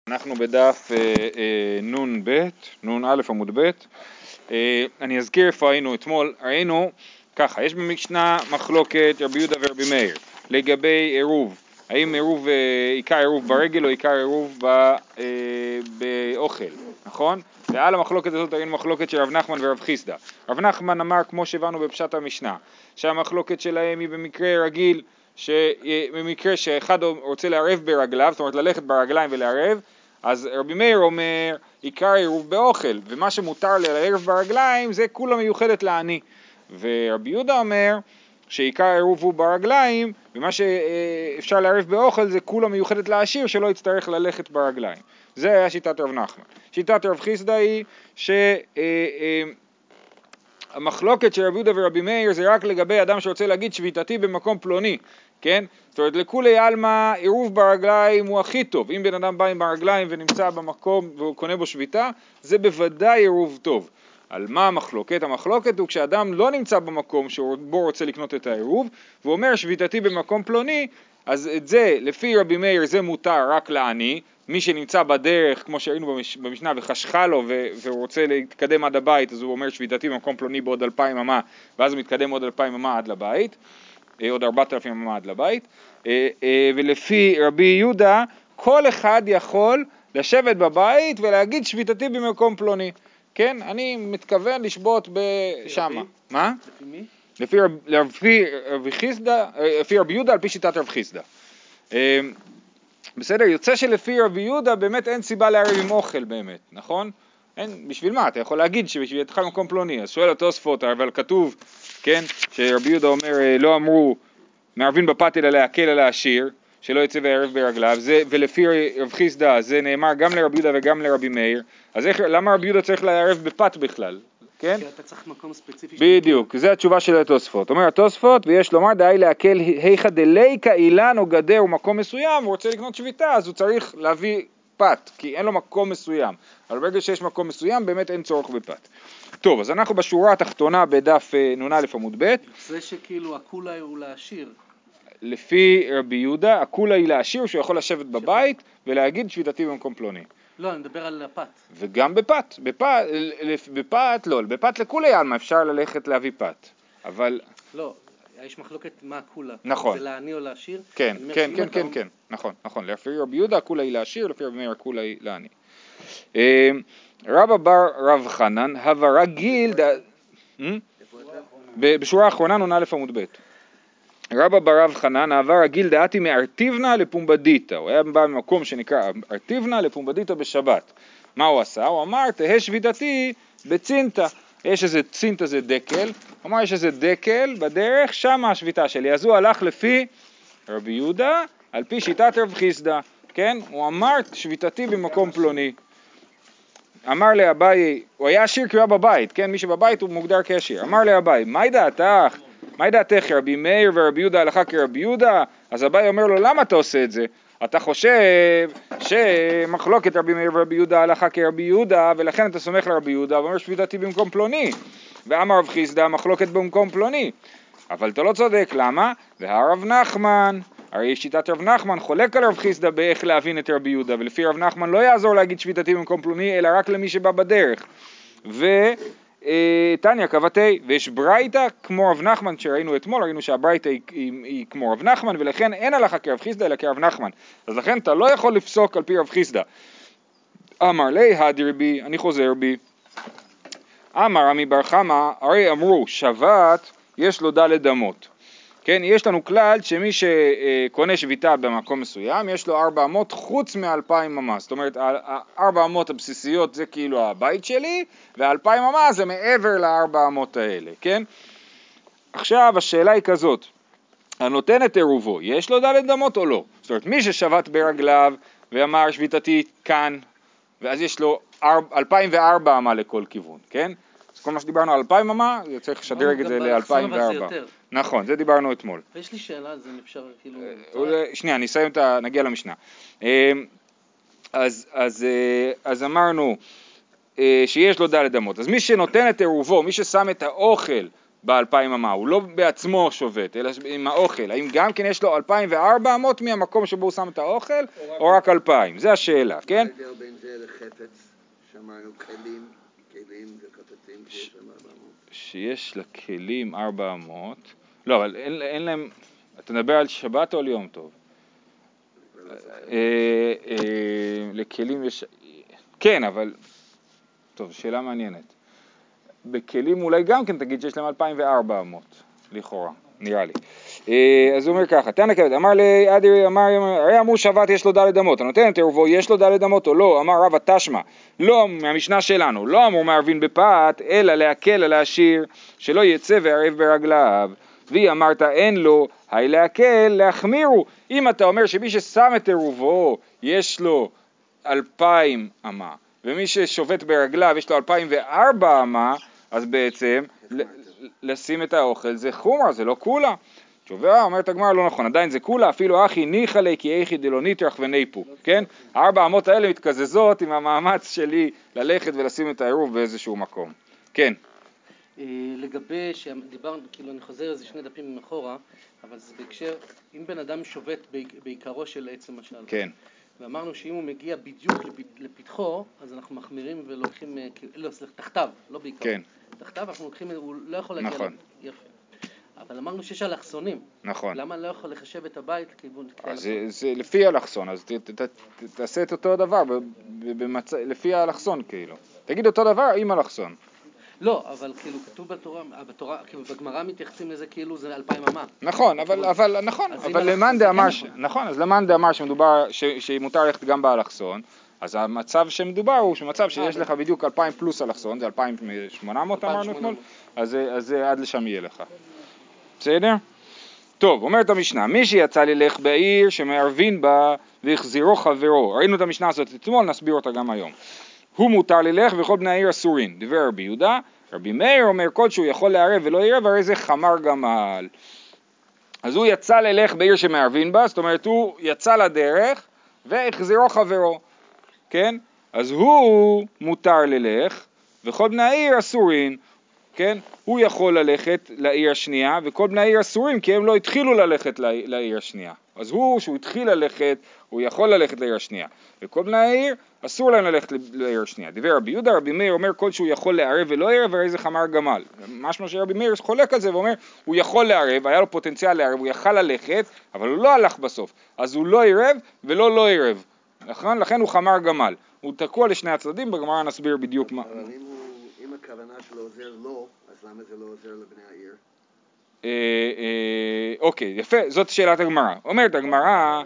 אנחנו בדף נון א' עמוד ב'. אני אזכיר איפה היינו אתמול. ראינו ככה, יש במשנה מחלוקת רבי יהודה ורבי מאיר לגבי עירוב, האם עירוב, עיקר עירוב ברגל או עיקר עירוב באוכל, נכון? ועל המחלוקת הזאת ראינו מחלוקת של רב נחמן ורב חיסדא. רב נחמן אמר, כמו שהבנו בפשט המשנה, שהמחלוקת שלהם היא במקרה רגיל, שבמקרה שאחד רוצה לערב ברגליו, זאת אומרת ללכת ברגליים ולערב, אז רבי מאיר אומר עיקר עירוב באוכל, ומה שמותר לערב ברגליים זה כולה מיוחדת לעני. ורבי יהודה אומר שעיקר עירוב הוא ברגליים, ומה שאפשר לערב באוכל זה כולה מיוחדת לעשיר שלא יצטרך ללכת ברגליים. זה היה שיטת רב נחמן. שיטת רב חיסדא היא המחלוקת של רבי יהודה ורבי מאיר זה רק לגבי אדם שרוצה להגיד שביתתי במקום פלוני, כן? זאת אומרת, לכולי עלמא עירוב ברגליים הוא הכי טוב. אם בן אדם בא עם הרגליים ונמצא במקום והוא קונה בו שביתה, זה בוודאי עירוב טוב. על מה המחלוקת? המחלוקת הוא כשאדם לא נמצא במקום שבו רוצה לקנות את העירוב, והוא אומר שביתתי במקום פלוני, אז את זה, לפי רבי מאיר, זה מותר רק לעני. מי שנמצא בדרך, כמו שראינו במשנה, וחשכה לו והוא רוצה להתקדם עד הבית, אז הוא אומר שביתתי במקום פלוני בעוד 2,000 אמה, ואז הוא מתקדם עוד 2,000 אמה עד לבית, עוד 4,000 אמה עד לבית. ולפי רבי יהודה, כל אחד יכול לשבת בבית ולהגיד שביתתי במקום פלוני. כן? אני מתכוון לשבות בשמה. מה? לפי מי? לפי רבי חיסדא, לפי רבי יהודה על פי שיטת רב חיסדא. בסדר, יוצא שלפי רבי יהודה באמת אין סיבה לערב עם אוכל באמת, נכון? אין, בשביל מה? אתה יכול להגיד שבשבילתך במקום פלוני, אז שואל התוספות, אבל כתוב, כן, שרבי יהודה אומר, לא אמרו, מערבין בפת אלא להקל על העשיר, שלא יצא ויערב ברגליו, ולפי רב חיסדא זה נאמר גם לרבי יהודה וגם לרבי מאיר, אז למה רבי יהודה צריך לערב בפת בכלל? כן? כי אתה צריך מקום ספציפי. בדיוק, זה התשובה של התוספות. אומר התוספות, ויש לומר דאי להקל היכא דליקא אילן או גדר או מקום מסוים, הוא רוצה לקנות שביתה, אז הוא צריך להביא פת, כי אין לו מקום מסוים. אבל ברגע שיש מקום מסוים, באמת אין צורך בפת. טוב, אז אנחנו בשורה התחתונה בדף נון א' עמוד ב'. זה שכאילו הכולה הוא לעשיר. לפי רבי יהודה, הכולה היא לעשיר, שהוא יכול לשבת בבית ולהגיד שביתתי במקום פלוני. לא, אני מדבר על הפת. וגם בפת, בפת לא, בפת לכולי עלמא אפשר ללכת להביא פת, אבל... לא, יש מחלוקת מה הכולה. נכון. זה לעני או לעשיר? כן, נכון. לפי רבי יהודה הכולה היא לעשיר, לפי רבי מאיר הכולה היא לעני. רבא בר רב חנן, הווה רגיל... בשורה האחרונה נון א' עמוד ב'. רבא בר רב חנן, הווה רגיל דעתי מארטיבנה לפומבדיתא. הוא היה בא במקום שנקרא ארטיבנה לפומבדיתא בשבת. מה הוא עשה? הוא אמר, תהא שביתתי בצינתא. יש איזה צינתא, זה דקל. הוא אמר, יש איזה דקל בדרך, שמה השביתה שלי. אז הוא הלך לפי רבי יהודה, על פי שיטת רב חיסדא. כן? הוא אמר, שביתתי במקום פלוני. אמר לאביי, הוא היה עשיר כי הוא היה בבית, כן? מי שבבית הוא מוגדר כעשיר. אמר לאביי, מהי דעתך? מהי דעתך, רבי מאיר ורבי יהודה הלכה כרבי יהודה? אז אביי אומר לו, למה אתה עושה את זה? אתה חושב שמחלוקת רבי מאיר ורבי יהודה הלכה כרבי יהודה, ולכן אתה סומך לרבי יהודה, ואומר שביתתי במקום פלוני. ואמר רב חיסדא, מחלוקת במקום פלוני. אבל אתה לא צודק, למה? והרב נחמן, הרי שיטת רב נחמן חולק על רב חיסדא באיך להבין את רבי יהודה, ולפי רב נחמן לא יעזור להגיד שביתתי במקום פלוני, אלא רק למי שבא בדרך. ותניא קבתי, ויש ברייתא כמו רב נחמן שראינו אתמול, ראינו שהברייתא היא כמו רב נחמן, ולכן אין הלכה כרב חיסדא אלא כרב נחמן. אז לכן אתה לא יכול לפסוק על פי רב חיסדא. אמר לי הדר בי, אני חוזר בי. אמר רמי בר חמא, הרי אמרו שבת יש לו ד' אמות. כן, יש לנו כלל שמי שקונה שביתה במקום מסוים, יש לו 4 אמות חוץ מ2,000 אמה. זאת אומרת, 4 אמות הבסיסיות זה כאילו הבית שלי, ו2,000 אמה זה מעבר ל4 אמות האלה, כן? עכשיו השאלה היא כזאת, הנותן את עירובו, יש לו ד' אמות או לא? זאת אומרת, מי ששבת ברגליו ואמר שביתתי כאן, ואז יש לו 2,004 אמה לכל כיוון, כן? כל מה שדיברנו על 2,000 אמה, צריך לשדרג את זה ל-2004. נכון, זה דיברנו אתמול. יש לי שאלה, זה אפשר כאילו... שנייה, אני אסיים נגיע למשנה. אז אמרנו שיש לו ד' אמות. אז מי שנותן את עירובו, מי ששם את האוכל ב-2,000 אמה, הוא לא בעצמו שובת, אלא עם האוכל, האם גם כן יש לו 2,400 מהמקום שבו הוא שם את האוכל, או רק 2,000, זה השאלה, כן? מה ההבדל בין זה לחפץ, שאמרנו כלים זה חפצים שיש להם 400? שיש לכלים 400, לא, אבל אין להם, אתה מדבר על שבת או על יום טוב? לכלים יש, כן, אבל, טוב, שאלה מעניינת. בכלים אולי גם כן תגיד שיש להם 2,400, לכאורה, נראה לי. אז הוא אומר ככה, תנא כבד, אמר לאדירי, הרי אמרו שבת יש לו ד' אמות, הנותן את ערבו יש לו ד' אמות או לא, אמר רבא תשמע, לא, מהמשנה שלנו, לא אמרו מערבין בפת, אלא להקל על העשיר, שלא יצא וערב ברגליו, והיא אמרת אין לו, היי להקל, להחמירו, אם אתה אומר שמי ששם את ערבו יש לו 2,000 אמה, ומי ששובת ברגליו יש לו 2,004 אמה, אז בעצם לשים את האוכל זה חומרה, זה לא כולה. תשובה, אומרת הגמרא לא נכון, עדיין זה כולה, אפילו אחי ניחא לי כי איכי דלא ניטרח וניפו, כן? 4 אמות האלה מתקזזות עם המאמץ שלי ללכת ולשים את העירוב באיזשהו מקום. כן. לגבי שדיברנו, כאילו אני חוזר איזה 2 דפים מאחורה, אבל זה בהקשר, אם בן אדם שובת בעיקרו של עץ למשל. כן. ואמרנו שאם הוא מגיע בדיוק לפתחו, אז אנחנו מחמירים ולוקחים, לא, סליחה, תחתיו, לא בעיקר. כן. תחתיו אנחנו לוקחים, הוא לא יכול להגיע. נכון. יפה. אבל אמרנו שיש אלכסונים. נכון. למה לא יכול לחשב את הבית לכיוון זה לפי אלכסון, אז תעשה את אותו דבר, לפי האלכסון כאילו. תגיד אותו דבר עם אלכסון. לא, אבל כאילו כתוב בתורה, כאילו בגמרא מתייחסים לזה כאילו זה 2,000 אמה. נכון, אבל למאן דאמר שמדובר, שמותר ללכת גם באלכסון, אז המצב שמדובר הוא שמצב שיש לך בדיוק 2,000 פלוס אלכסון, זה 2,800 אמרנו אתמול, אז זה עד לשם יהיה לך. בסדר? טוב, אומרת המשנה, מי שיצא ללך בעיר שמערבין בה והחזירו חברו, ראינו את המשנה הזאת אתמול, נסביר אותה גם היום. הוא מותר ללך וכל בני העיר אסורין, דבר רבי יהודה, רבי מאיר אומר כל שהוא יכול לערב ולא יערב, הרי זה חמר גמל. אז הוא יצא ללך בעיר שמערבין בה, זאת אומרת הוא יצא לדרך והחזירו חברו, כן? אז הוא מותר ללך וכל בני העיר אסורין, כן? הוא יכול ללכת לעיר השנייה וכל בני העיר אסורים כי הם לא התחילו ללכת לעיר השנייה. אז שהוא התחיל ללכת, הוא יכול ללכת לעיר השנייה. וכל בני העיר אסור להם ללכת לעיר השנייה. דבר רבי יהודה, רבי מאיר אומר כל שהוא יכול לערב ולא יערב, הרי זה חמר גמל. משמע שרבי מאיר חולק על זה ואומר הוא יכול לערב, היה לו פוטנציאל לערב, הוא יכל ללכת, אבל הוא לא הלך בסוף. אז הוא לא ערב ולא לא ערב. לכן הוא חמר גמל. הוא תקוע לשני הצדדים, בגמרא נסביר בדיוק מה. אבל אם הכוונה שלו עוזר לו, אז למה זה לא עוזר לבני העיר? אוקיי, יפה, זאת שאלת הגמרא. אומרת הגמרא,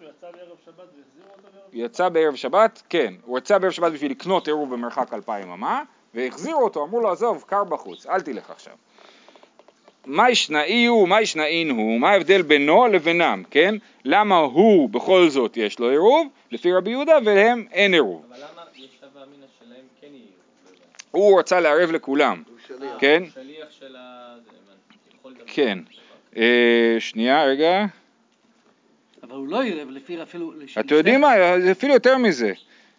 יצא בערב שבת, כן, הוא יצא בערב שבת בשביל לקנות עירוב במרחק 2,000 אמה, והחזירו אותו, אמרו לו עזוב, קר בחוץ, אל תלך עכשיו. מה ישנאי הוא, מה ישנאין הוא, מה ההבדל בינו לבינם, כן? למה הוא בכל זאת יש לו עירוב, לפי רבי יהודה, ולהם אין עירוב. אבל למה יש הווה אמינא שלהם כן יהיה עירוב? הוא רצה לערב לכולם, כן? שליח של ה... כן. שנייה, רגע. אבל הוא לא ערב לפי אפילו... אתם יודעים מה? זה אפילו יותר מזה.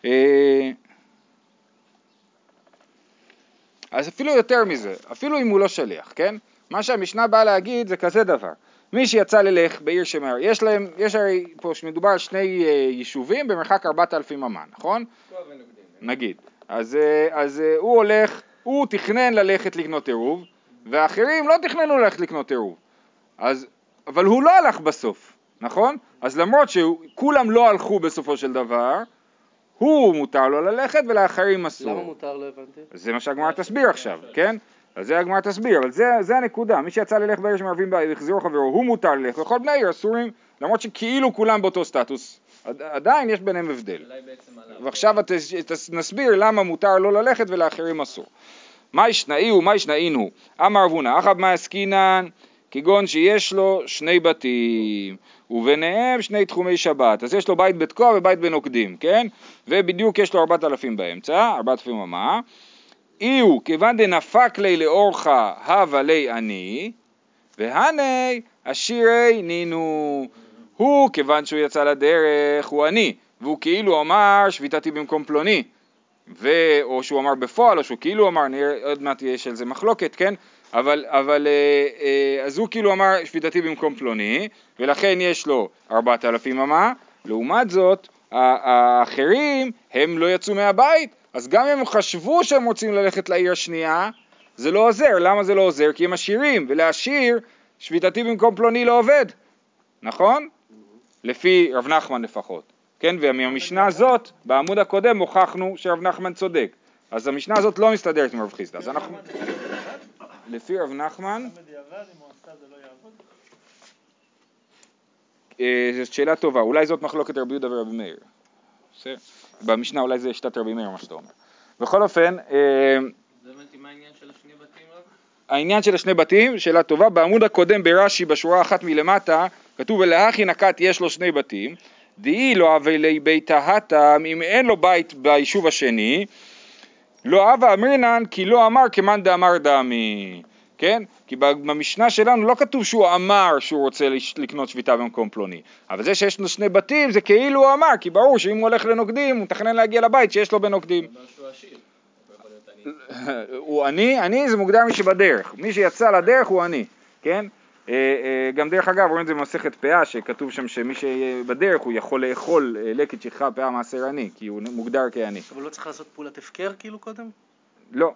אז אפילו יותר מזה. אפילו אם הוא לא שליח, כן? מה שהמשנה באה להגיד זה כזה דבר. מי שיצא ללך בעיר שמער, יש הרי פה שמדובר על 2 יישובים במרחק 4,000 אמה, נכון? נגיד. אז הוא הולך, הוא תכנן ללכת לקנות עירוב, והאחרים לא תכננו ללכת לקנות עירוב. אבל הוא לא הלך בסוף, נכון? אז למרות שכולם לא הלכו בסופו של דבר, הוא מותר לו ללכת ולאחרים אסור. למה מותר? לא הבנתי. זה מה שהגמרא תסביר עכשיו, כן? אז זה הגמרא תסביר, אבל זה הנקודה. מי שיצא ללך בעיר שמערבים בה והחזירו חברו, הוא מותר ללך, וכל בני העיר אסורים, למרות שכאילו כולם באותו סטטוס. עדיין יש ביניהם הבדל. ועכשיו נסביר למה מותר לו ללכת ולאחרים אסור. מה ישנאי הוא, מה ישנאין הוא? אמר רבונה, אחב מה עסקינן, כגון שיש לו 2 בתים, וביניהם 2 תחומי שבת. אז יש לו בית בתקוע ובית בנוקדים, כן? ובדיוק יש לו 4,000 באמצע, 4,000 אמה. איהו, כיוון דנפק לי לאורחה, הווה לי אני, והני עשירי נינו. הוא, כיוון שהוא יצא לדרך, הוא אני, והוא כאילו אמר שביתתי במקום פלוני. או שהוא אמר בפועל, או שהוא כאילו אמר, עוד מעט יש על זה מחלוקת, כן? אבל אז הוא כאילו אמר שביתתי במקום פלוני, ולכן יש לו 4,000 אמה, לעומת זאת, האחרים הם לא יצאו מהבית, אז גם אם הם חשבו שהם רוצים ללכת לעיר השנייה, זה לא עוזר. למה זה לא עוזר? כי הם עשירים, ולהשאיר שביתתי במקום פלוני לא עובד, נכון? לפי רב נחמן לפחות. כן, ומהמשנה הזאת, בעמוד הקודם הוכחנו שרב נחמן צודק. אז המשנה הזאת לא מסתדרת עם רב חיסדא. אז אנחנו... לפי רב נחמן... זאת שאלה טובה. אולי זאת מחלוקת רבי יהודה ורבי מאיר. במשנה אולי זה שיטת רבי מאיר, מה שאתה אומר. בכל אופן... זה הבנתי מה העניין של השני בתים רק? העניין של השני בתים, שאלה טובה. בעמוד הקודם ברש"י, בשורה אחת מלמטה, כתוב ולאחי נקט יש לו שני בתים. דאי לא הווה לי בית ההתם, אם אין לו בית ביישוב השני, לא הווה אמרינן כי לא אמר כמאן דאמר דמי. כן? כי במשנה שלנו לא כתוב שהוא אמר שהוא רוצה לקנות שביתה במקום פלוני. אבל זה שיש לו שני בתים זה כאילו הוא אמר, כי ברור שאם הוא הולך לנוקדים הוא מתכנן להגיע לבית שיש לו בנוקדים. הוא עני זה מוגדר מי שבדרך. מי שיצא לדרך הוא עני. כן? גם דרך אגב רואים את זה במסכת פאה שכתוב שם שמי שבדרך הוא יכול לאכול לקט שכחה פאה מעשר עני כי הוא מוגדר כעני. אבל לא צריך לעשות פעולת הפקר כאילו קודם? לא.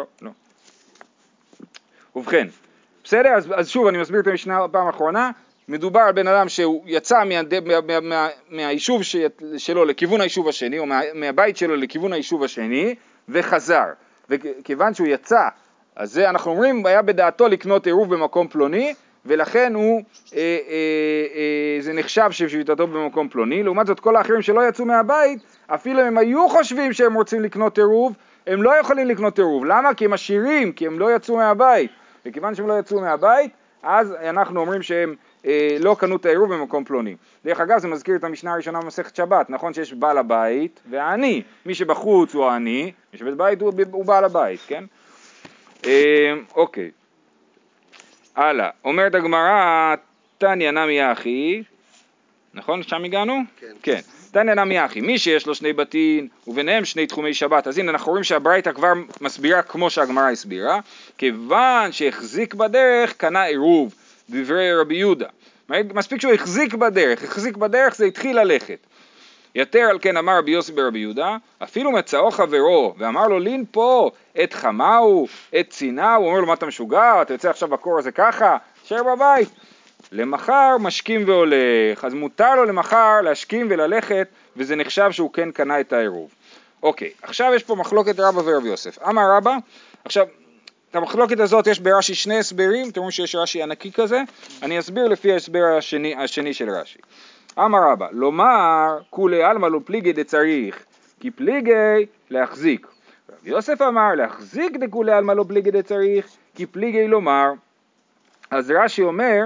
ובכן, בסדר? אז שוב אני מסביר את המשנה פעם האחרונה. מדובר על בן אדם שהוא יצא מהיישוב שלו לכיוון היישוב השני או מהבית שלו לכיוון היישוב השני וחזר. וכיוון שהוא יצא, אז זה אנחנו אומרים היה בדעתו לקנות עירוב במקום פלוני ולכן הוא, זה נחשב שביתתו במקום פלוני. לעומת זאת כל האחרים שלא יצאו מהבית, אפילו אם הם היו חושבים שהם רוצים לקנות עירוב, הם לא יכולים לקנות עירוב. למה? כי הם עשירים, כי הם לא יצאו מהבית. וכיוון שהם לא יצאו מהבית, אז אנחנו אומרים שהם לא קנו את העירוב במקום פלוני. דרך אגב זה מזכיר את המשנה הראשונה במסכת שבת, נכון שיש בעל הבית והעני. מי שבחוץ הוא העני, מי שבבית הוא בעל הבית, כן? אוקיי. הלאה, אומרת הגמרא, תניא נמי אחי, נכון? שם הגענו? כן. תניא נמי אחי, מי שיש לו שני בתים וביניהם שני תחומי שבת, אז הנה אנחנו רואים שהברייתא כבר מסבירה כמו שהגמרא הסבירה, כיוון שהחזיק בדרך קנה עירוב, דברי רבי יהודה. מספיק שהוא החזיק בדרך זה התחיל ללכת. יתר על כן אמר רבי יוסי ברבי יהודה, אפילו מצאו חברו ואמר לו לין פה את חמאו, את צינאו, הוא אומר לו מה אתה משוגע, אתה יוצא עכשיו בקור הזה ככה, תשאר בבית. למחר משכים והולך, אז מותר לו למחר להשכים וללכת וזה נחשב שהוא כן קנה את העירוב. אוקיי, עכשיו יש פה מחלוקת רבא ורבי יוסף. אמר רבא, עכשיו את המחלוקת הזאת יש ברש"י שני הסברים, אתם רואים שיש רש"י ענקי כזה, אני אסביר לפי ההסבר השני של רש"י. אמר רבא, לומר כולי עלמא לא פליגי דצריך, כי פליגי להחזיק. רבי יוסף אמר להחזיק דכולי עלמא לא פליגי דצריך, כי פליגי לומר. אז רש"י אומר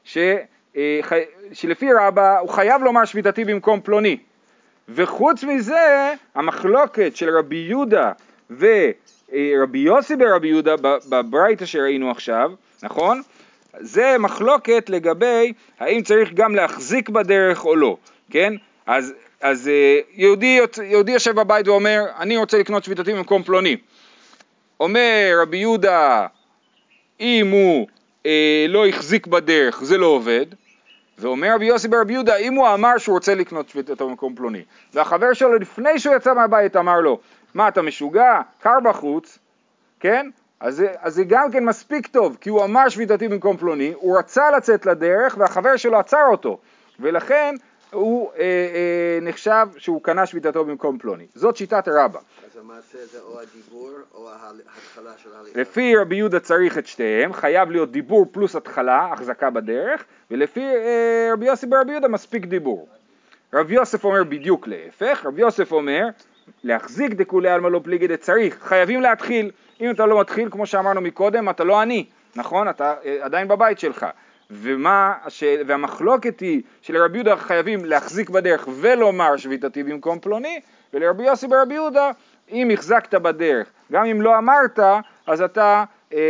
שלפי רבא הוא חייב לומר שביתתי במקום פלוני. וחוץ מזה המחלוקת של רבי יהודה ורבי יוסי ברבי יהודה בברייתא שראינו עכשיו, נכון? זה מחלוקת לגבי האם צריך גם להחזיק בדרך או לא, כן? אז יהודי יושב בבית ואומר, אני רוצה לקנות שביתתי במקום פלוני. אומר רבי יהודה, אם הוא לא החזיק בדרך, זה לא עובד. ואומר רבי יוסי ברבי יהודה, אם הוא אמר שהוא רוצה לקנות שביתתו במקום פלוני, והחבר שלו לפני שהוא יצא מהבית אמר לו, מה אתה משוגע? קר בחוץ, כן? אז זה גם כן מספיק טוב, כי הוא אמר שביתתי במקום פלוני, הוא רצה לצאת לדרך והחבר שלו עצר אותו, ולכן הוא נחשב שהוא קנה שביתתו במקום פלוני. זאת שיטת רבא. אז המעשה זה או הדיבור או ההתחלה של ההליכה. לפי רבי יהודה צריך את שתיהם, חייב להיות דיבור פלוס התחלה, החזקה בדרך, ולפי רבי יוסי ברבי יהודה מספיק דיבור. רבי יוסף אומר בדיוק להפך, רבי יוסף אומר להחזיק דכולי עלמא לא פליגי דצריך, חייבים להתחיל. אם אתה לא מתחיל, כמו שאמרנו מקודם, אתה לא עני, נכון? אתה עדיין בבית שלך. והמחלוקת היא שלרבי יהודה חייבים להחזיק בדרך ולומר שביתתי במקום פלוני, ולרבי יוסי ברבי יהודה, אם החזקת בדרך, גם אם לא אמרת, אז אתה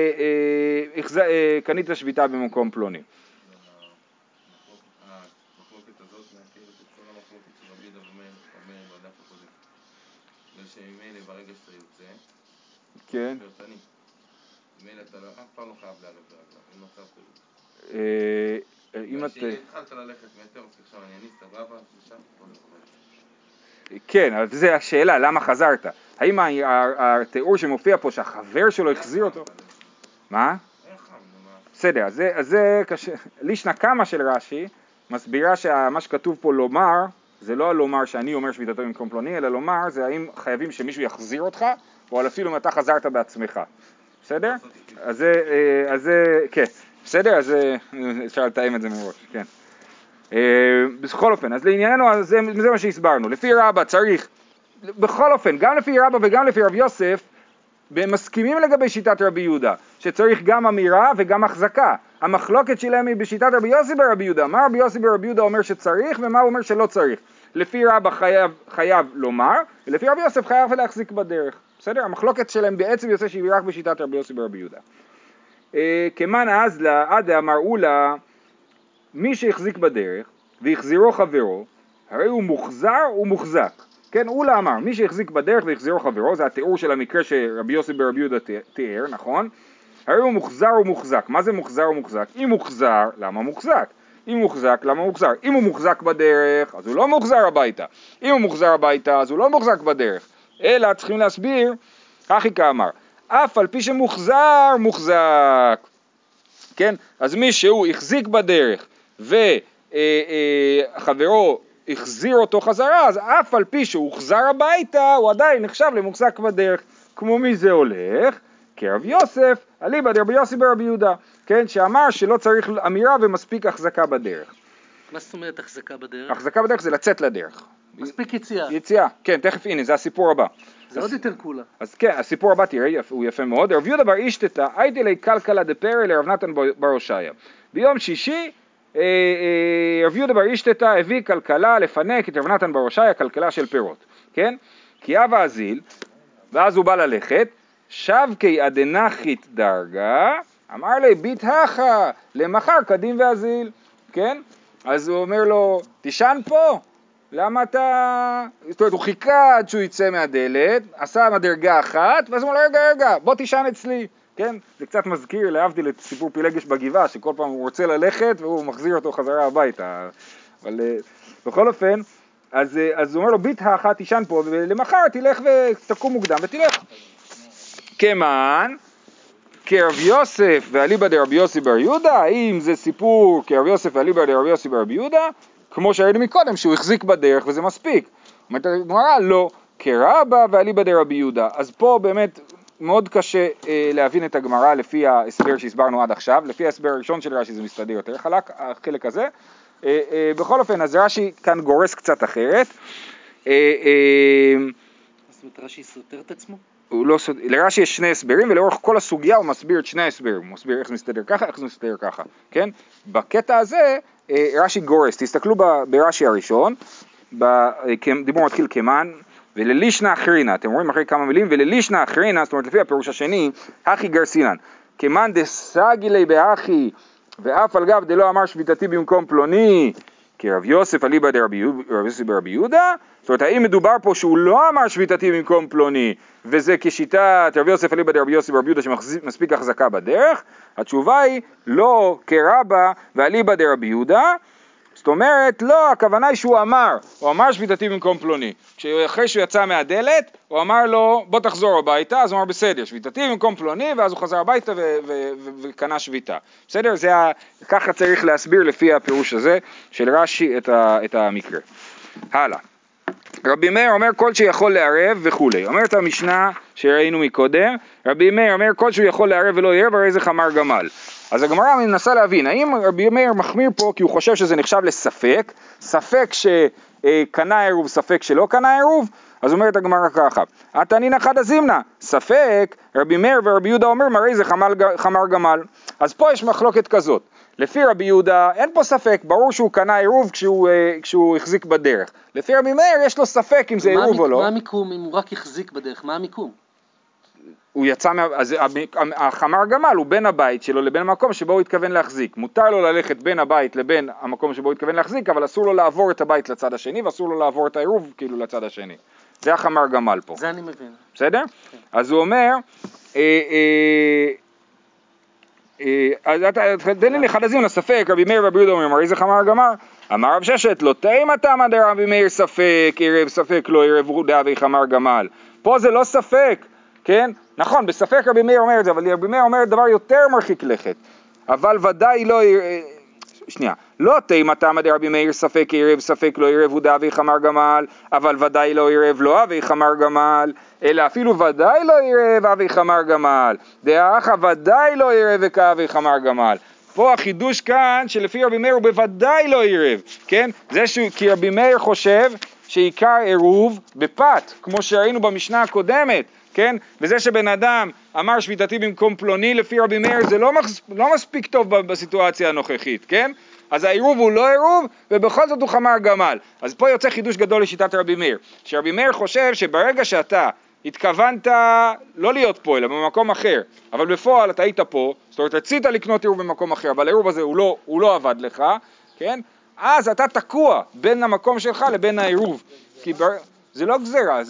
קנית שביתה במקום פלוני. המחלוקת הזאת מאחרת את כל המחלוקת של רבי יהודה אומר בדף הקודם. ושממילא ברגע שאתה יוצא, כן. להיות עני. מילא אתה אף פעם לא חייב לערב ברגליו, אין מצב כזה. אם את... התחלת ללכת מטר, אז עכשיו אני סבבה, ששם, קודם כל. כן, אבל זו השאלה, למה חזרת? האם התיאור שמופיע פה שהחבר שלו החזיר אותו? מה? בסדר, אז זה קשה. לישנה קמא של רש"י מסבירה שמה שכתוב פה לומר, זה לא לומר שאני אומר שביתתו במקום פלוני, אלא לומר זה האם חייבים שמישהו יחזיר אותך, או אפילו אם אתה חזרת בעצמך. בסדר? אז זה, כן. בסדר? אז אפשר לתאם את זה מראש, כן. בכל אופן, אז לענייננו, זה מה שהסברנו. לפי רבא צריך, בכל אופן, גם לפי רבא וגם לפי רב יוסף, מסכימים לגבי שיטת רבי יהודה, שצריך גם אמירה וגם החזקה. המחלוקת שלהם היא בשיטת רבי יוסי ברבי יהודה. מה רבי יוסי ברבי יהודה אומר שצריך ומה הוא אומר שלא צריך. לפי רבא חייב לומר, ולפי רבי יוסף חייב להחזיק בדרך. בסדר? המחלוקת שלהם בעצם יוצא שהיא רק בשיטת רבי יוסי ברבי יהודה. כמן אז לעד אמרו לה, מי שהחזיק בדרך והחזירו חברו, הרי הוא מוחזר ומוחזק. כן, אולה אמר, מי שהחזיק בדרך והחזירו חברו, זה התיאור של המקרה שרבי יוסי ברבי יהודה תיאר, נכון? הרי הוא מוחזר ומוחזק. מה זה מוחזר ומוחזק? אם מוחזר, למה מוחזק? אם מוחזק, למה מוחזר? אם הוא מוחזק בדרך, אז הוא לא מוחזר הביתה. אם הוא מוחזר הביתה, אז הוא לא מוחזק בדרך. אלא צריכים להסביר, אחי כאמר, אף על פי שמוחזר, מוחזק. כן? אז מי שהוא החזיק בדרך וחברו החזיר אותו חזרה, אז אף על פי שהוא הוחזר הביתה, הוא עדיין נחשב למוחזק בדרך. כמו מי זה הולך? כרב יוסף, אליבא דרבי יוסי ברבי יהודה, כן? שאמר שלא צריך אמירה ומספיק החזקה בדרך. מה זאת אומרת החזקה בדרך? החזקה בדרך זה לצאת לדרך. מספיק יציאה. יציאה, כן, תכף הנה, זה הסיפור הבא. זה עוד יותר קולה. אז כן, הסיפור הבא תראה, הוא יפה מאוד. רב יהודה בר אישתתא, הייתי לי כלכלה דפרא לרב נתן בר הושעיה. ביום שישי, רב יהודה בר אישתתא הביא כלכלה לפנק את רב נתן בר הושעיה, כלכלה של פירות. כן? כי אבא אזיל, ואז הוא בא ללכת, שבקי עדנחית דרגה, אמר לי ביט הכה, למחר קדים ואזיל. כן? אז הוא אומר לו, תישן פה. למה אתה... זאת אומרת, הוא חיכה עד שהוא יצא מהדלת, עשה מדרגה אחת, ואז הוא אומר לו, רגע, בוא תישן אצלי. כן? זה קצת מזכיר, להבדיל את סיפור פילגש בגבעה, שכל פעם הוא רוצה ללכת והוא מחזיר אותו חזרה הביתה. אבל בכל אופן, אז הוא אומר לו, ביט האחת תישן פה, ולמחר תלך ותקום מוקדם ותלך. כמן, כרב יוסף ואליבא דרבי יוסי בר יהודה, האם זה סיפור כרב יוסף ואליבא דרבי יוסי בר יהודה? כמו שהראינו מקודם, שהוא החזיק בדרך וזה מספיק. אומרת הגמרא, לא, כרבא ואליבא דרבי יהודה. אז פה באמת מאוד קשה להבין את הגמרא לפי ההסבר שהסברנו עד עכשיו. לפי ההסבר הראשון של רש"י זה מסתדר יותר חלק, החלק הזה. בכל אופן, אז רש"י כאן גורס קצת אחרת. זאת אומרת, רש"י סותר את עצמו? לרש"י יש שני הסברים, ולאורך כל הסוגיה הוא מסביר את שני הסברים. הוא מסביר איך זה מסתדר ככה, איך זה מסתדר ככה. כן? בקטע הזה, רש"י גורס, תסתכלו ברש"י הראשון, דיבור מתחיל כמן, וללישנה אחרינה, אתם רואים אחרי כמה מילים, וללישנה אחרינה, זאת אומרת לפי הפירוש השני, הכי גרסינן, כמן דסגילי באחי, ואף על גב דלא אמר שביתתי במקום פלוני, כרב יוסף אליבא דרבי יוסי ברבי יהודה, זאת אומרת האם מדובר פה שהוא לא אמר שביתתי במקום פלוני, וזה כשיטת רב יוסף אליבא דרבי יוסי ברבי יהודה שמספיק החזקה בדרך, התשובה היא לא כרבא ואליבא דרבי יהודה, זאת אומרת לא, הכוונה היא שהוא אמר שביתתי במקום פלוני, אחרי שהוא יצא מהדלת הוא אמר לו בוא תחזור הביתה, אז הוא אמר בסדר, שביתתי במקום פלוני, ואז הוא חזר הביתה וקנה שביתה, בסדר? ככה צריך להסביר לפי הפירוש הזה של רש"י את המקרה. הלאה, רבי מאיר אומר כל שיכול לערב וכולי, אומרת המשנה שראינו מקודם, רבי מאיר אומר כל שהוא יכול לערב ולא יערב, הרי זה חמר גמל. אז הגמרא מנסה להבין, האם רבי מאיר מחמיר פה כי הוא חושב שזה נחשב לספק, ספק שקנה עירוב, ספק שלא קנה עירוב? אז אומרת הגמרא ככה, התנינא חדא זימנא, ספק, רבי מאיר ורבי יהודה אומר הרי זה חמר גמל. אז פה יש מחלוקת כזאת, לפי רבי יהודה אין פה ספק, ברור שהוא קנה עירוב כשהוא החזיק בדרך. לפי רבי מאיר יש לו ספק אם זה עירוב או לא. מה המיקום אם הוא רק החזיק בדרך? מה המיקום? הוא יצא אז החמר גמל הוא בין הבית שלו לבין המקום שבו הוא התכוון להחזיק. מותר לו ללכת בין הבית לבין המקום שבו הוא התכוון להחזיק, אבל אסור לו לעבור את הבית לצד השני, ואסור לו לעבור את העירוב כאילו לצד השני. זה החמר גמל פה. זה אני מבין. בסדר? אז הוא אומר, אז תן לי לחדזים לספק, רבי מאיר ורבי יהודה אומרים, הרי זה חמר גמר, אמר רב ששת, לא תימא תמא דרבי מאיר ספק, ערב ספק לא ערב דאבי חמר גמל. פה זה לא ספק, כן? נכון, בספק רבי מאיר אומר את זה, אבל רבי מאיר אומר דבר יותר מרחיק לכת, אבל ודאי לא, שנייה, לא תימא תמא דרבי מאיר ספק, ערב ספק לא ערב דאבי חמר גמל, אבל ודאי לא ערב לא אבי חמר גמל, אלא אפילו ודאי לא ערב אבי חמר גמל, דאחה ודאי לא ערב וכאבי חמר גמל. פה החידוש כאן שלפי רבי מאיר הוא בוודאי לא ערב, כן? זה כי רבי מאיר חושב שעיקר עירוב בפת, כמו שראינו במשנה הקודמת, כן? וזה שבן אדם אמר שביתתי במקום פלוני לפי רבי מאיר זה לא מספיק טוב בסיטואציה הנוכחית, כן? אז העירוב הוא לא עירוב ובכל זאת הוא חמר גמל. אז פה יוצא חידוש גדול לשיטת רבי מאיר, שרבי מאיר חושב שברגע שאתה התכוונת לא להיות פה אלא במקום אחר, אבל בפועל אתה היית פה, זאת אומרת רצית לקנות עירוב במקום אחר, אבל העירוב הזה הוא לא עבד לך, כן? אז אתה תקוע בין המקום שלך לבין העירוב, כי זה לא גזרה,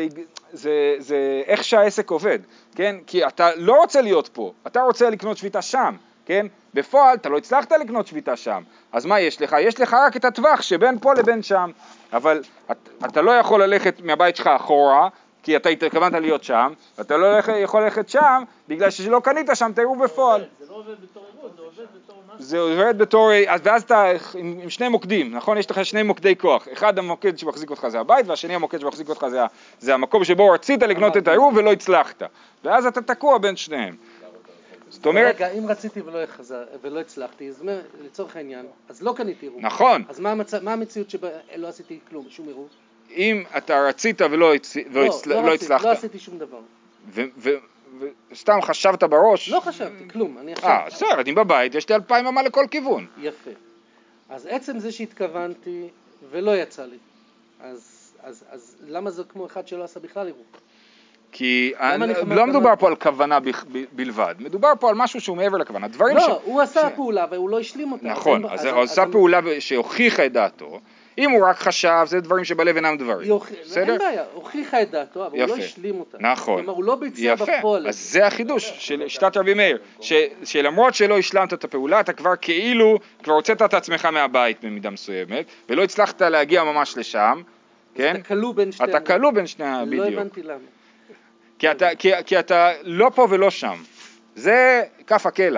זה איך שהעסק עובד, כן? כי אתה לא רוצה להיות פה, אתה רוצה לקנות שביתה שם, כן? בפועל אתה לא הצלחת לקנות שביתה שם, אז מה יש לך? יש לך רק את הטווח שבין פה לבין שם, אבל אתה לא יכול ללכת מהבית שלך אחורה, כי אתה התכוונת להיות שם, ואתה לא יכול ללכת שם, בגלל שלא קנית שם תראו בפועל. זה לא עובד בתור עירוב, זה עובד בתור משהו. זה עובד בתור, ואז אתה עם שני מוקדים, נכון? יש לך שני מוקדי כוח, אחד המוקד שמחזיק אותך זה הבית, והשני המוקד שמחזיק אותך זה המקום שבו רצית לקנות את העירוב ולא הצלחת, ואז אתה תקוע בין שניהם. זאת אומרת... רגע, אם רציתי ולא הצלחתי, אז לצורך העניין, אז לא קניתי עירוב. נכון. אז מה המציאות שבה לא עשיתי כלום, שום עירוב? אם אתה רצית ולא הצלחת. לא עשיתי שום דבר. וסתם חשבת בראש? לא חשבתי, כלום. בסדר, אני בבית, יש לי 2,000 אמה לכל כיוון. יפה. אז עצם זה שהתכוונתי ולא יצא לי, אז למה זה כמו אחד שלא עשה בכלל עירוב? כי לא מדובר פה על כוונה בלבד, מדובר פה על משהו שהוא מעבר לכוונה. לא, הוא עשה פעולה והוא לא השלים אותה. נכון, אז הוא עשה פעולה שהוכיחה את דעתו. אם הוא רק חשב, זה דברים שבלב אינם דברים. אין בעיה, הוכיחה את דעתו, אבל הוא לא השלים אותה. נכון. כלומר, הוא לא ביצע בפועל. אז זה החידוש של שיטת רבי מאיר, שלמרות שלא השלמת את הפעולה, אתה כבר כאילו, כבר הוצאת את עצמך מהבית במידה מסוימת, ולא הצלחת להגיע ממש לשם, כן? אתה כלוא בין שני בדיוק. לא הבנתי למה. כי אתה לא פה ולא שם. זה כף הקלע.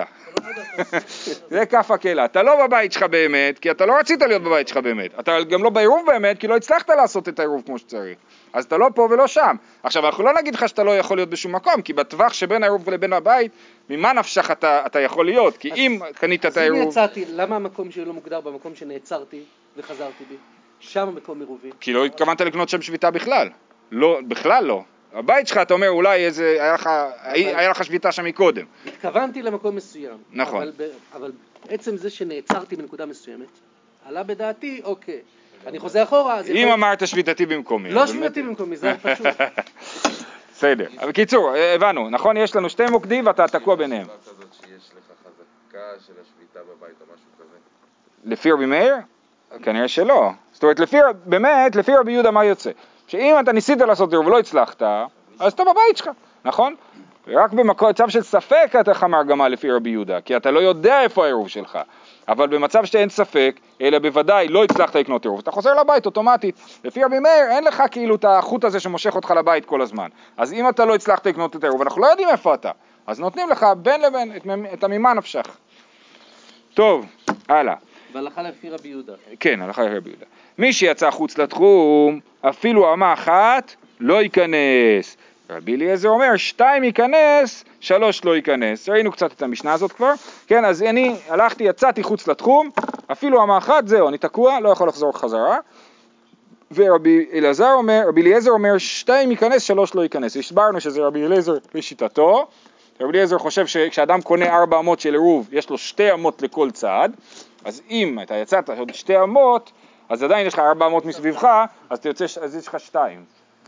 זה כף הקלע. אתה לא בבית שלך באמת, כי אתה לא רצית להיות בבית שלך באמת. אתה גם לא בעירוב באמת, כי לא הצלחת לעשות את העירוב כמו שצריך. אז אתה לא פה ולא שם. עכשיו, אנחנו לא נגיד לך שאתה לא יכול להיות בשום מקום, כי בטווח שבין העירוב לבין הבית, ממה נפשך אתה יכול להיות? כי אם קנית את העירוב... אז אם יצאתי, למה המקום שלי לא מוגדר במקום שנעצרתי וחזרתי בי? שם המקום עירובי. כי לא התכוונת לקנות שם שביתה בכלל. לא, בכלל לא. הבית שלך, אתה אומר, אולי היה לך שביתה שם מקודם. התכוונתי למקום מסוים. נכון. אבל עצם זה שנעצרתי בנקודה מסוימת, עלה בדעתי, אוקיי. אני חוזר אחורה. אם אמרת שביתתי במקומי. לא שביתתי במקומי, זה היה פשוט. בסדר. בקיצור, הבנו, נכון? יש לנו שתי מוקדים ואתה תקוע ביניהם. שיש לך חזקה של השביתה בבית או משהו כזה? לפי רבי מאיר? כנראה שלא. זאת אומרת, באמת, לפי רבי יהודה מה יוצא? שאם אתה ניסית לעשות עירוב ולא הצלחת, אז אתה בבית שלך, נכון? רק במצב של ספק אתה חמר גמל לפי רבי יהודה, כי אתה לא יודע איפה העירוב שלך. אבל במצב שאין ספק, אלא בוודאי לא הצלחת לקנות עירוב, אתה חוזר לבית אוטומטית. לפי רבי מאיר אין לך כאילו את החוט הזה שמושך אותך לבית כל הזמן. אז אם אתה לא הצלחת לקנות את העירוב, אנחנו לא יודעים איפה אתה. אז נותנים לך בין לבין את הממה נפשך. טוב, הלאה. והלכה לפי רבי יהודה. כן, הלכה לפי רבי יהודה. מי שיצא חוץ לתחום, אפילו אמה אחת לא ייכנס. רבי אליעזר אומר, 2 ייכנס, 3 לא ייכנס. ראינו קצת את המשנה הזאת כבר. כן, אז אני הלכתי, יצאתי חוץ לתחום, אפילו אמה אחת, זהו, אני תקוע, לא יכול לחזור חזרה. ורבי אליעזר אומר, 2 ייכנס, 3 לא ייכנס. הסברנו שזה רבי אליעזר לשיטתו. רבי אליעזר חושב שכשאדם קונה 4 אמות של עירוב, יש לו 2 אמות לכל צד. אז אם אתה יצאת עוד 2 אמות, אז עדיין יש לך 400 מסביבך, אז יש לך 2.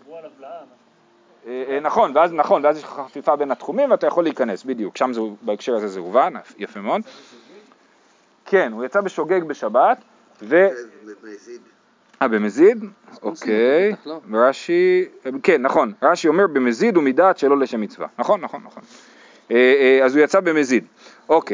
נכון, ואז יש לך חפיפה בין התחומים ואתה יכול להיכנס, בדיוק, שם בהקשר הזה זה הובן, יפה מאוד. כן, הוא יצא בשוגג בשבת, במזיד. במזיד? אוקיי, רש"י, כן, נכון, רש"י אומר במזיד ומדעת שלא לשם מצווה, נכון. אז הוא יצא במזיד. אוקיי.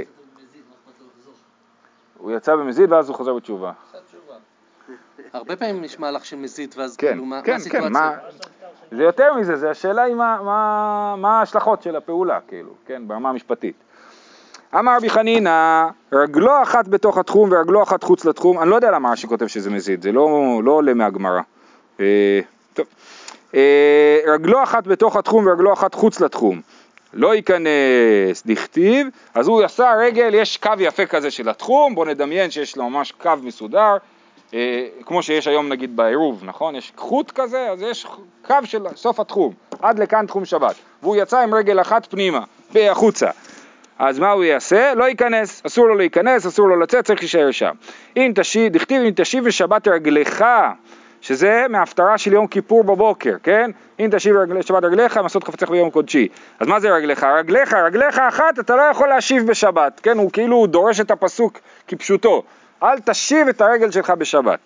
הוא יצא במזיד ואז הוא חוזר בתשובה. הרבה פעמים נשמע לך שמזיד ואז כן, כאילו מה כן, הסיטואציה? כן, זה יותר מזה, זה השאלה היא מה ההשלכות של הפעולה, כאילו, כן, ברמה המשפטית. אמר רבי חנינא, רגלו אחת בתוך התחום ורגלו אחת חוץ לתחום, אני לא יודע למה שכותב שזה מזיד, זה לא עולה מהגמרא. טוב. רגלו אחת בתוך התחום ורגלו אחת חוץ לתחום. לא ייכנס דכתיב, אז הוא עשה רגל, יש קו יפה כזה של התחום, בוא נדמיין שיש לו ממש קו מסודר, כמו שיש היום נגיד בעירוב, נכון? יש חוט כזה, אז יש קו של סוף התחום, עד לכאן תחום שבת, והוא יצא עם רגל אחת פנימה, בחוצה. אז מה הוא יעשה? לא ייכנס, אסור לו להיכנס, אסור לו לצאת, צריך להישאר שם. דכתיב אם תשיב בשבת רגלך, שזה מההפטרה של יום כיפור בבוקר, כן? אם תשיב שבת רגליך, מסות חפצך ביום קודשי. אז מה זה רגליך? רגליך אחת, אתה לא יכול להשיב בשבת, כן? הוא כאילו דורש את הפסוק כפשוטו. אל תשיב את הרגל שלך בשבת.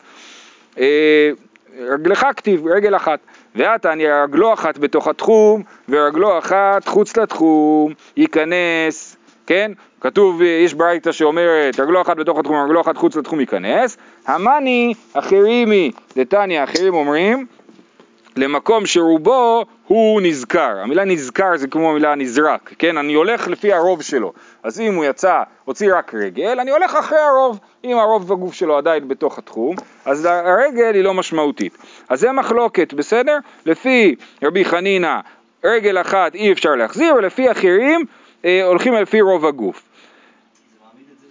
רגלך כתיב, רגל אחת. ועתניא רגלו אחת בתוך התחום, ורגלו אחת חוץ לתחום, ייכנס, כן? כתוב, יש ברייתא שאומרת, רגלו אחת בתוך התחום, רגלו אחת חוץ לתחום ייכנס. המני אחרימי, דתניא, אחרים אומרים, למקום שרובו הוא נזכר. המילה נזכר זה כמו המילה נזרק, כן? אני הולך לפי הרוב שלו. אז אם הוא יצא, הוציא רק רגל, אני הולך אחרי הרוב. אם הרוב בגוף שלו עדיין בתוך התחום, אז הרגל היא לא משמעותית. אז זה מחלוקת, בסדר? לפי רבי חנינא, רגל אחת אי אפשר להחזיר, ולפי אחרים הולכים לפי רוב הגוף. זה מעמיד את זה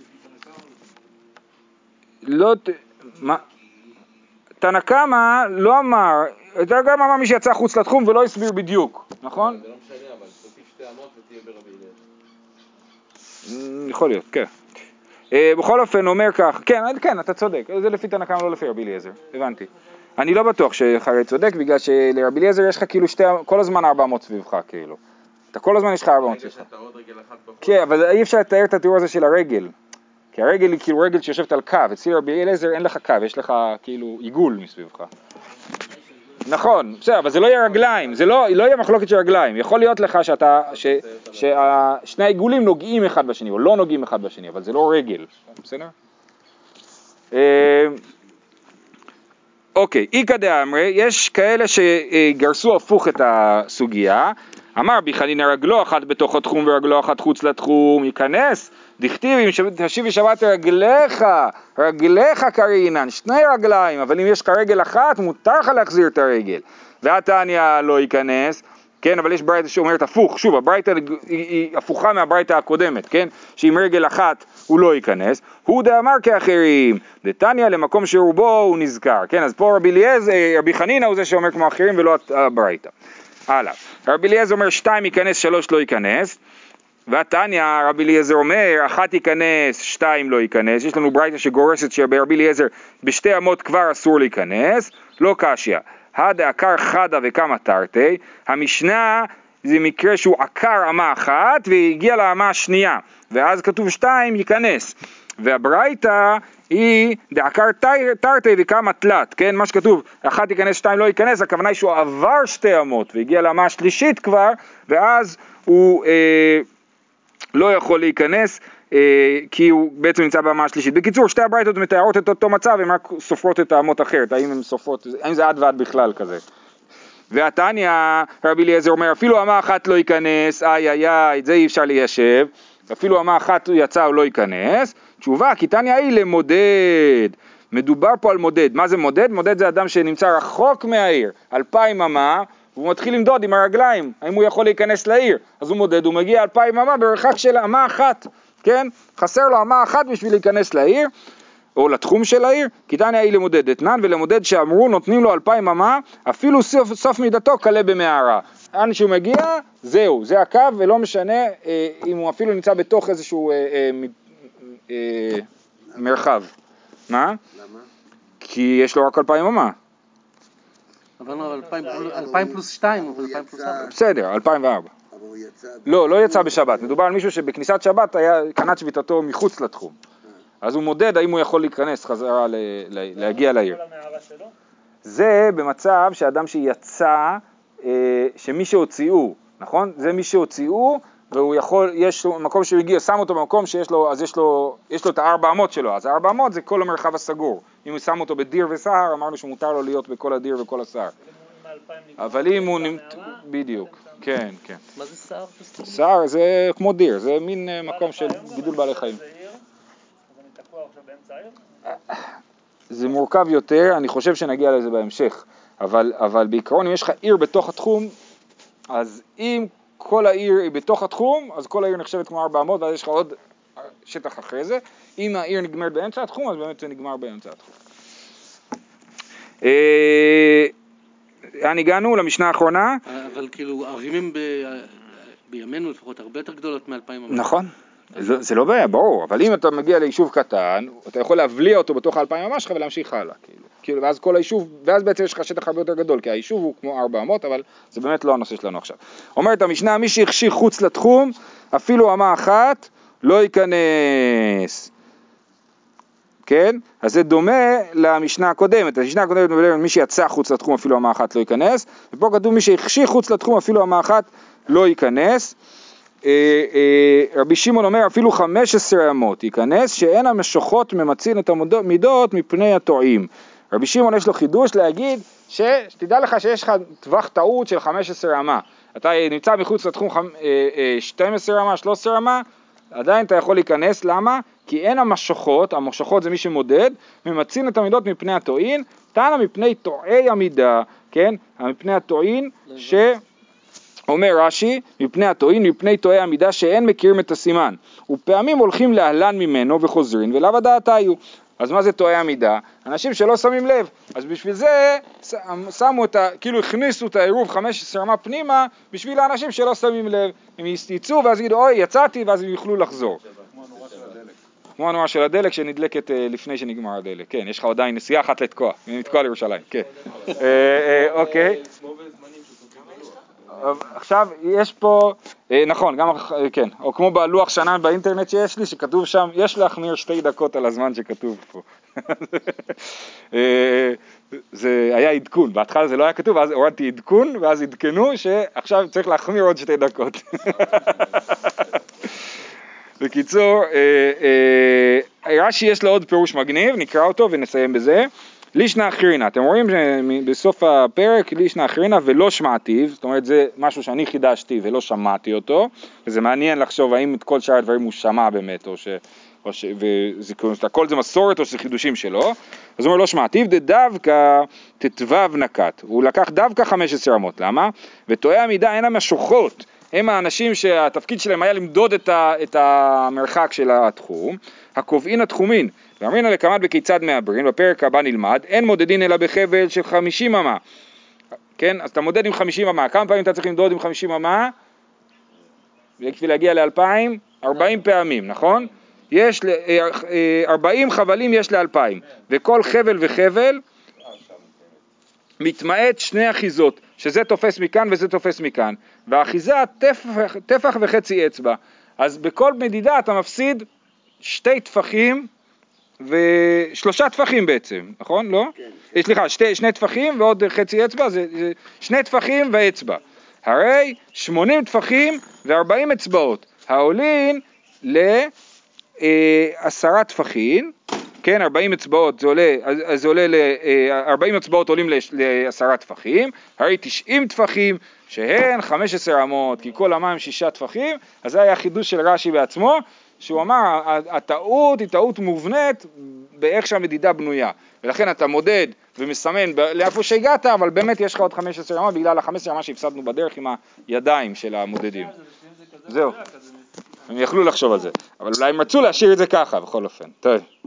לפי תנא קמא? לא, מה? תנא קמא לא אמר, תנא קמא אמר מי שיצא חוץ לתחום ולא הסביר בדיוק, נכון? זה לא משנה, אבל תוסיף שתי אמות ותהיה ברבי אליעזר. יכול להיות, כן. בכל אופן אומר כך, כן, אתה צודק, זה לפי תנא קמא לא לפי רבי אליעזר, הבנתי. אני לא בטוח שחרי צודק, בגלל שלרבי אליעזר יש לך כאילו כל הזמן 400 סביבך, כאילו. אתה כל הזמן יש לך 400 סביבך. כן, אבל אי אפשר לתאר את התיאור הזה של הרגל. כי הרגל היא כאילו רגל שיושבת על קו, אצל רבי אליעזר אין לך קו, יש לך כאילו עיגול מסביבך. נכון, בסדר, אבל זה לא יהיה רגליים, זה לא יהיה מחלוקת של רגליים. יכול להיות לך ששני העיגולים נוגעים אחד בשני, או לא נוגעים אחד בשני, אבל זה לא רגל, בסדר? אוקיי, איקא דאמרי, יש כאלה שגרסו הפוך את הסוגיה, אמר בי חנינא רגלו אחת בתוך התחום ורגלו אחת חוץ לתחום, ייכנס, דכתיב אם תשיב בשבת רגליך קרינן, שני רגליים, אבל אם יש לך רגל אחת מותר לך להחזיר את הרגל, ועתניא לא ייכנס, כן, אבל יש ברייתא שאומרת הפוך, שוב, הברייתא היא הפוכה מהברייתא הקודמת, כן, שעם רגל אחת הוא לא ייכנס, הוא דאמר כאחרים, דתניא למקום שרובו הוא נזכר, כן, אז פה רבי חנינא הוא זה שאומר כמו אחרים ולא הברייתא. הלאה, רבי אליעזר אומר 2 ייכנס 3 לא ייכנס, והתניא רבי אליעזר אומר 1 ייכנס 2 לא ייכנס, יש לנו ברייתא שגורסת שברבי אליעזר בשתי אמות כבר אסור להיכנס, לא קשיא. הדעקר חדה וכמה תרתי, המשנה זה מקרה שהוא עקר אמה אחת והגיע לאמה השנייה, ואז כתוב 2 ייכנס, והברייתא היא דעקר תרתי וכמה תלת, כן, מה שכתוב 1 ייכנס 2 לא ייכנס, הכוונה היא שהוא עבר 2 אמות והגיע לאמה השלישית כבר, ואז הוא לא יכול להיכנס, כי הוא בעצם נמצא באמה השלישית. בקיצור, שתי הברייתות מתארות את אותו מצב, הן רק סופרות את האמות אחרת, האם זה עד ועד בכלל כזה. והתניא, רבי אליעזר אומר, אפילו אמה אחת לא ייכנס, את זה אי אפשר ליישב, אפילו אמה אחת הוא יצא או לא ייכנס, תשובה, כי תניא היא למודד, מדובר פה על מודד, מה זה מודד? מודד זה אדם שנמצא רחוק מהעיר, 2,000 אמה, והוא מתחיל למדוד עם הרגליים, האם הוא יכול להיכנס לעיר, אז הוא מודד, הוא מגיע 2,000 אמה ברחק של אמה אחת, כן? חסר לו אמה אחת בשביל להיכנס לעיר, או לתחום של העיר, כי תניא היא למודד אתנן, ולמודד שאמרו נותנים לו 2,000 אמה, אפילו סוף מידתו קלה במערה. לאן שהוא מגיע, זהו, זה הקו, ולא משנה אם הוא אפילו נמצא בתוך איזשהו מרחב. מה? למה? כי יש לו רק 2,000 אמה. אבל 2,000 פלוס 2, אבל 2,000 פלוס 4. בסדר, 2004. אבל הוא יצא... לא יצא בשבת, מדובר על מישהו שבכניסת שבת היה קנת שביתתו מחוץ לתחום. אז הוא מודד האם הוא יכול להיכנס חזרה להגיע לעיר. זה במצב שאדם שיצא, שמי שהוציאו, נכון? זה מי שהוציאו והוא יכול, יש לו מקום שהוא הגיע, שם אותו במקום שיש לו, אז יש לו את 4 אמות שלו, אז 4 אמות זה כל המרחב הסגור. אם הוא שם אותו בדיר וסהר, אמרנו שמותר לו להיות בכל הדיר וכל הסהר. אבל אם הוא בדיוק, כן, כן. מה זה סהר? סהר זה כמו דיר, זה מין מקום של גידול בעלי חיים. זה מורכב יותר, אני חושב שנגיע לזה בהמשך, אבל בעיקרון אם יש לך עיר בתוך התחום, אז אם כל העיר היא בתוך התחום, אז כל העיר נחשבת כמו 400, ואז יש לך עוד שטח אחרי זה. אם העיר נגמרת באמצע התחום, אז באמת זה נגמר באמצע התחום. הגענו למשנה האחרונה. אבל כאילו, ערים בימינו לפחות הרבה יותר גדולות מ-2000 אמות. נכון. זה לא בעיה, ברור, אבל אם אתה מגיע ליישוב קטן, אתה יכול להבליע אותו בתוך 2,000 ממש שלך ולהמשיך הלאה, כאילו, ואז כל היישוב, ואז בעצם יש לך שטח הרבה יותר גדול, כי היישוב הוא כמו 400, אבל זה באמת לא הנושא שלנו עכשיו. אומרת המשנה, מי שהכשיר חוץ לתחום, אפילו אמה אחת, לא ייכנס. כן? אז זה דומה למשנה הקודמת. המשנה הקודמת מדברת מי שיצא חוץ לתחום, אפילו אמה אחת לא ייכנס, ופה כתוב מי שהכשיר חוץ לתחום, אפילו אמה אחת לא ייכנס. רבי שמעון אומר אפילו 15 אמות ייכנס, שאין המשוכות ממצין את המידות מפני הטועים. רבי שמעון יש לו חידוש להגיד שתדע לך שיש לך טווח טעות של 15 אמה. אתה נמצא מחוץ לתחום 12 אמה, 13 אמה, עדיין אתה יכול להיכנס. למה? כי אין המשוכות, המשוכות זה מי שמודד, ממצין את המידות מפני הטועים, תנא מפני טועי המידה, כן? מפני הטועים ש... אומר רש"י, מפני הטועין, מפני טועי המידה שאין מכירים את הסימן. ופעמים הולכים להלן ממנו וחוזרים, ולאו הדעת היו. אז מה זה טועי המידה? אנשים שלא שמים לב. אז בשביל זה שמו כאילו הכניסו את העירוב 15 אמה פנימה, בשביל האנשים שלא שמים לב. הם יצאו ואז יגידו, אוי, יצאתי, ואז הם יוכלו לחזור. כמו הנורה של הדלק שנדלקת לפני שנגמר הדלק. כן, יש לך עדיין נסיעה אחת לתקוע. נתקוע לירושלים, כן. אוקיי. עכשיו יש פה, נכון, גם, כן, או כמו בלוח שנה באינטרנט שיש לי, שכתוב שם, יש להחמיר 2 דקות על הזמן שכתוב פה. זה היה עדכון, בהתחלה זה לא היה כתוב, אז הורדתי עדכון, ואז עדכנו שעכשיו צריך להחמיר עוד 2 דקות. בקיצור, רש"י יש לו עוד פירוש מגניב, נקרא אותו ונסיים בזה. לישנא אחרינה, אתם רואים בסוף הפרק לישנא אחרינה ולא שמעתיו, זאת אומרת זה משהו שאני חידשתי ולא שמעתי אותו, וזה מעניין לחשוב האם את כל שאר הדברים הוא שמע באמת, הכל זה מסורת או שזה חידושים שלו. אז הוא אומר לא שמעתיו, דווקא תתוו נקט, הוא לקח דווקא 15 אמות, למה? וטועי המידה אין המשוכות, הם האנשים שהתפקיד שלהם היה למדוד את המרחק של התחום, הקובעין התחומין, ואמרינה לקמת בכיצד מעברין, בפרק הבא נלמד, אין מודדין אלא בחבל של 50 אמה. כן, אז אתה מודד עם 50 אמה, כמה פעמים אתה צריך למדוד עם 50 אמה? בשביל להגיע ל-2000, 40 פעמים, נכון? יש 40 חבלים יש ל-2000, וכל חבל וחבל מתמעט 2 אחיזות, שזה תופס מכאן וזה תופס מכאן, והאחיזה טפח וחצי אצבע. אז בכל מדידה אתה מפסיד 2 טפחים ו3 טפחים בעצם, נכון? לא? כן. סליחה, 2 טפחים ועוד חצי אצבע, זה 2 טפחים ואצבע. הרי 80 טפחים ו40 אצבעות, העולים ל10 טפחים, כן, 40 אצבעות, זה עולה 40 אצבעות עולים ל10 טפחים, הרי 90 טפחים שהן 15 אמות, כי כל אמה הם 6 טפחים, אז זה היה חידוש של רש"י בעצמו, שהוא אמר, הטעות היא טעות מובנית באיך שהמדידה בנויה, ולכן אתה מודד ומסמן לאיפה שהגעת, אבל באמת יש לך עוד 15 אמה, בגלל ה-15 אמה שהפסדנו בדרך עם הידיים של המודדים. זהו, הם יכלו לחשוב על זה, אבל אולי הם רצו להשאיר את זה ככה, בכל אופן. טוב.